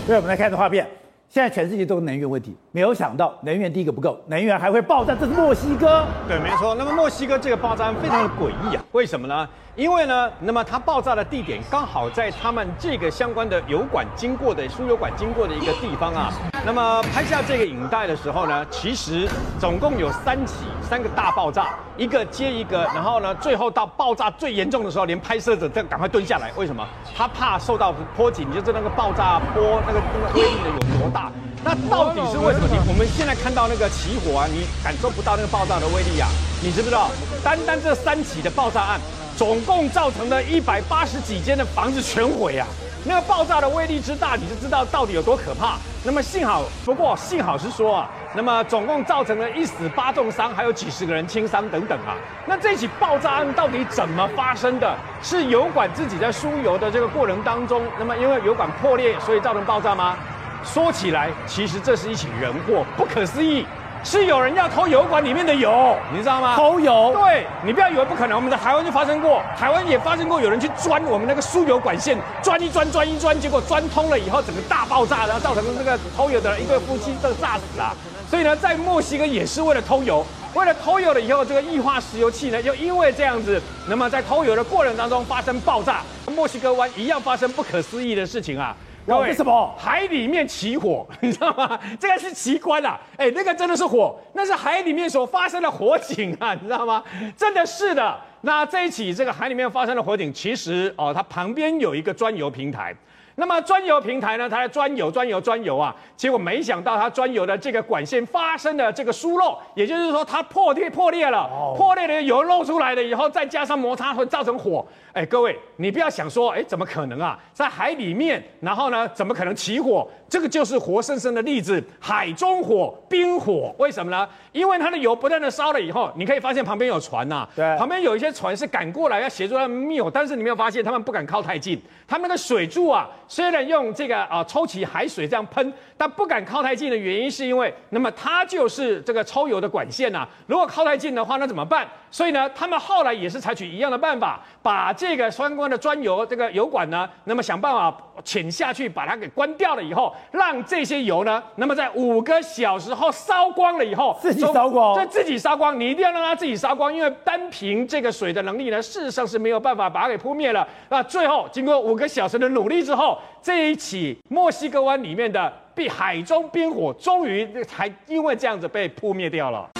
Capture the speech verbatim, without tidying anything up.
对，我们来看这画面。现在全世界都是能源问题，没有想到能源第一个不够，能源还会爆炸。这是墨西哥。 对，没错。那么墨西哥这个爆炸案非常的诡异啊，为什么呢？因为呢，那么它爆炸的地点刚好在他们这个相关的油管经过的输油管经过的一个地方啊。那么拍下这个影带的时候呢，其实总共有三起三个大爆炸，一个接一个，然后呢，最后到爆炸最严重的时候，连拍摄者都赶快蹲下来。为什么？他怕受到波及，你就知道那个爆炸波那个那个威力的有多大。那到底是为什么？你我们现在看到那个起火啊，你感受不到那个爆炸的威力啊？你知不知道？单单这三起的爆炸案，总共造成了一百八十几间的房子全毁啊！那个爆炸的威力之大，你就知道到底有多可怕。那么幸好，不过幸好是说啊，那么总共造成了一死八重伤，还有几十个人轻伤等等啊。那这起爆炸案到底怎么发生的？是油管自己在输油的这个过程当中，那么因为油管破裂，所以造成爆炸吗？说起来，其实这是一起人祸，不可思议，是有人要偷油管里面的油，你知道吗？ 偷油？ 对，你不要以为不可能，我们在台湾就发生过，台湾也发生过有人去钻我们那个输油管线，钻一钻，钻一钻，结果钻通了以后，整个大爆炸，然后造成这个偷油的人一对夫妻都炸死了。所以呢，在墨西哥也是为了偷油，为了偷油了以后，这个液化石油气呢，就因为这样子，那么在偷油的过程当中发生爆炸，墨西哥湾一样发生不可思议的事情啊。各位， 什么？ 海里面起火，你知道吗？这个是奇观啊！哎，那个真的是火，那是海里面所发生的火警啊，你知道吗？真的是的。那这一起这个海里面发生的火警，其实哦，它旁边有一个专油平台。那么专油平台呢，它在专油、专油、专油啊，结果没想到它专油的这个管线发生了这个疏漏，也就是说它破裂破裂了，哦、破裂的油漏出来了以后，再加上摩擦会造成火。哎，各位，你不要想说，哎，怎么可能啊？在海里面，然后呢，怎么可能起火？这个就是活生生的例子，海中火、冰火。为什么呢？因为它的油不断的烧了以后，你可以发现旁边有船呐、啊， 对， 旁边有一些船是赶过来要协助他们灭火，但是你没有发现他们不敢靠太近，他们那个水柱啊。虽然用这个啊、呃、抽起海水这样喷，但不敢靠太近的原因是因为，那么它就是这个抽油的管线呐、啊。如果靠太近的话，那怎么办？所以呢，他们后来也是采取一样的办法，把这个相关的专油这个油管呢，那么想办法潜下去，把它给关掉了以后，让这些油呢，那么在五个小时后烧光了以后， 自己烧光， 对，自己烧光，你一定要让它自己烧光，因为单凭这个水的能力呢，事实上是没有办法把它给扑灭了。那最后经过五个小时的努力之后，这一起墨西哥湾里面的被海中冰火，终于才因为这样子被扑灭掉了。